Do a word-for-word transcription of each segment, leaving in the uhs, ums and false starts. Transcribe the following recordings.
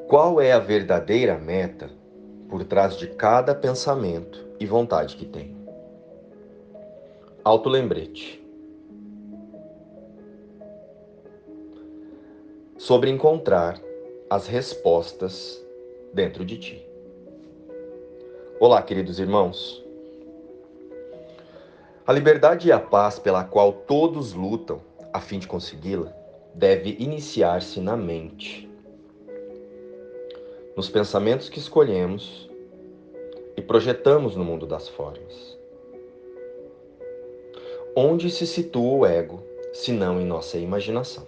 Qual é a verdadeira meta por trás de cada pensamento e vontade que tenho? Autolembrete. Sobre encontrar as respostas dentro de ti. Olá, queridos irmãos. A liberdade e a paz pela qual todos lutam a fim de consegui-la deve iniciar-se na mente, nos pensamentos que escolhemos e projetamos no mundo das formas. Onde se situa o ego, se não em nossa imaginação?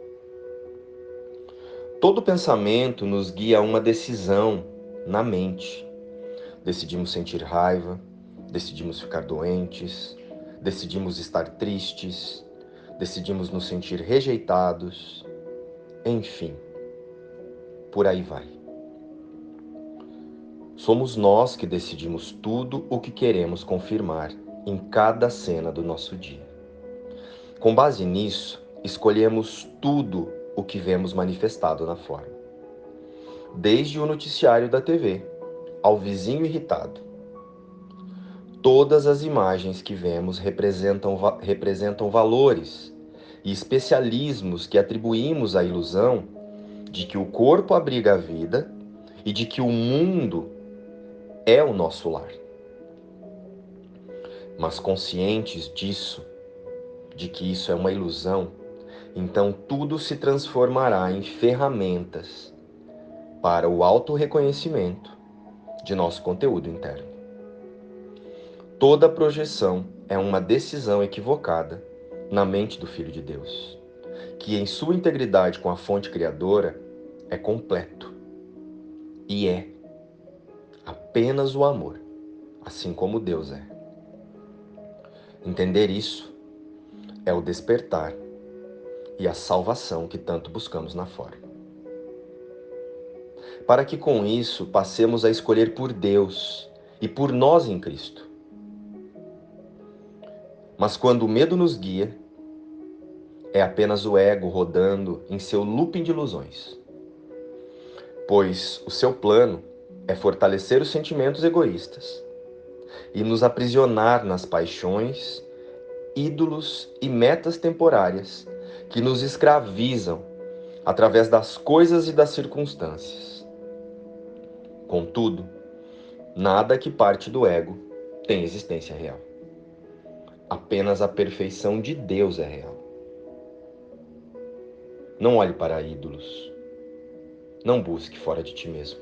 Todo pensamento nos guia a uma decisão na mente. Decidimos sentir raiva, decidimos ficar doentes, decidimos estar tristes, decidimos nos sentir rejeitados, enfim, por aí vai. Somos nós que decidimos tudo o que queremos confirmar em cada cena do nosso dia. Com base nisso, escolhemos tudo o que vemos manifestado na forma. Desde o noticiário da T V ao vizinho irritado. Todas as imagens que vemos representam, representam valores e especialismos que atribuímos à ilusão de que o corpo abriga a vida e de que o mundo é o nosso lar. Mas conscientes disso, de que isso é uma ilusão, então tudo se transformará em ferramentas para o autorreconhecimento de nosso conteúdo interno. Toda projeção é uma decisão equivocada na mente do Filho de Deus, que em sua integridade com a fonte criadora é completo e é apenas o amor, assim como Deus é. Entender isso é o despertar e a salvação que tanto buscamos na forma. Para que com isso passemos a escolher por Deus e por nós em Cristo. Mas quando o medo nos guia, é apenas o ego rodando em seu looping de ilusões. Pois o seu plano é fortalecer os sentimentos egoístas e nos aprisionar nas paixões, ídolos e metas temporárias que nos escravizam através das coisas e das circunstâncias. Contudo, nada que parte do ego tem existência real. Apenas a perfeição de Deus é real. Não olhe para ídolos. Não busque fora de ti mesmo.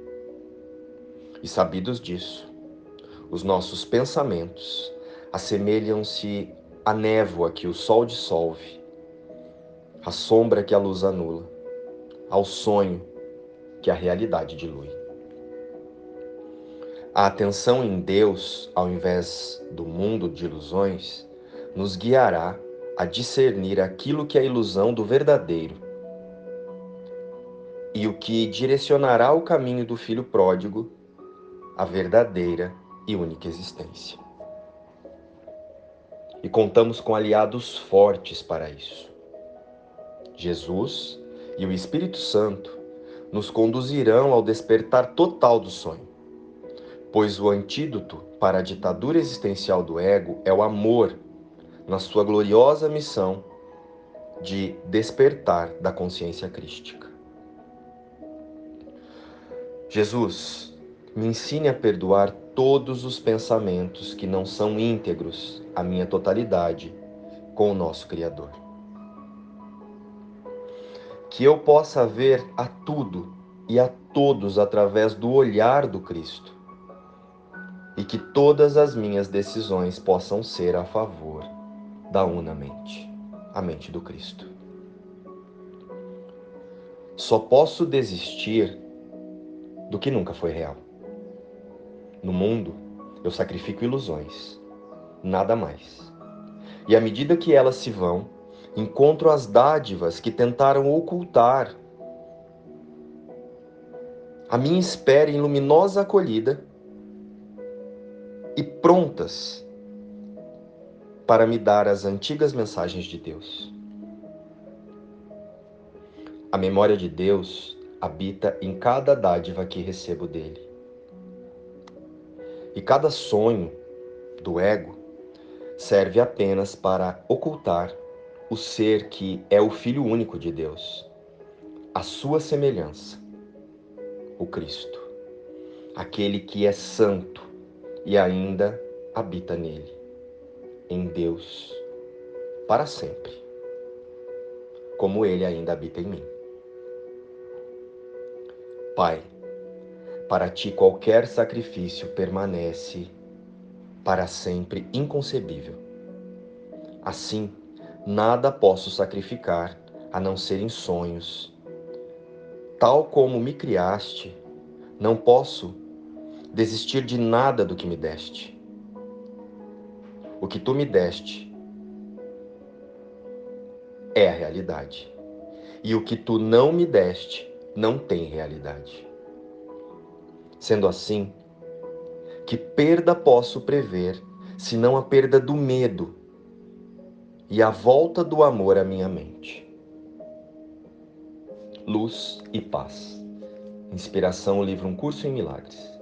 E sabidos disso, os nossos pensamentos assemelham-se à névoa que o sol dissolve, à sombra que a luz anula, ao sonho que a realidade dilui. A atenção em Deus, ao invés do mundo de ilusões, nos guiará a discernir aquilo que é ilusão do verdadeiro e o que direcionará o caminho do filho pródigo à verdadeira e única existência. E contamos com aliados fortes para isso. Jesus e o Espírito Santo nos conduzirão ao despertar total do sonho, pois o antídoto para a ditadura existencial do ego é o amor, na sua gloriosa missão de despertar da consciência crística. Jesus, me ensine a perdoar todos os pensamentos que não são íntegros à minha totalidade com o nosso Criador. Que eu possa ver a tudo e a todos através do olhar do Cristo. E que todas as minhas decisões possam ser a favor da una mente, a mente do Cristo. Só posso desistir do que nunca foi real. No mundo, eu sacrifico ilusões, nada mais. E à medida que elas se vão, encontro as dádivas que tentaram ocultar a minha espera em luminosa acolhida e prontas para me dar as antigas mensagens de Deus. A memória de Deus habita em cada dádiva que recebo dele. E cada sonho do ego serve apenas para ocultar o ser que é o Filho único de Deus, a sua semelhança, o Cristo, aquele que é santo e ainda habita nele, em Deus, para sempre, como ele ainda habita em mim. Pai, para ti qualquer sacrifício permanece para sempre inconcebível. Assim, nada posso sacrificar a não ser em sonhos. Tal como me criaste, não posso desistir de nada do que me deste. O que tu me deste é a realidade. E o que tu não me deste não tem realidade. Sendo assim, que perda posso prever, senão a perda do medo e a volta do amor à minha mente? Luz e paz. Inspiração, o livro Um Curso em Milagres.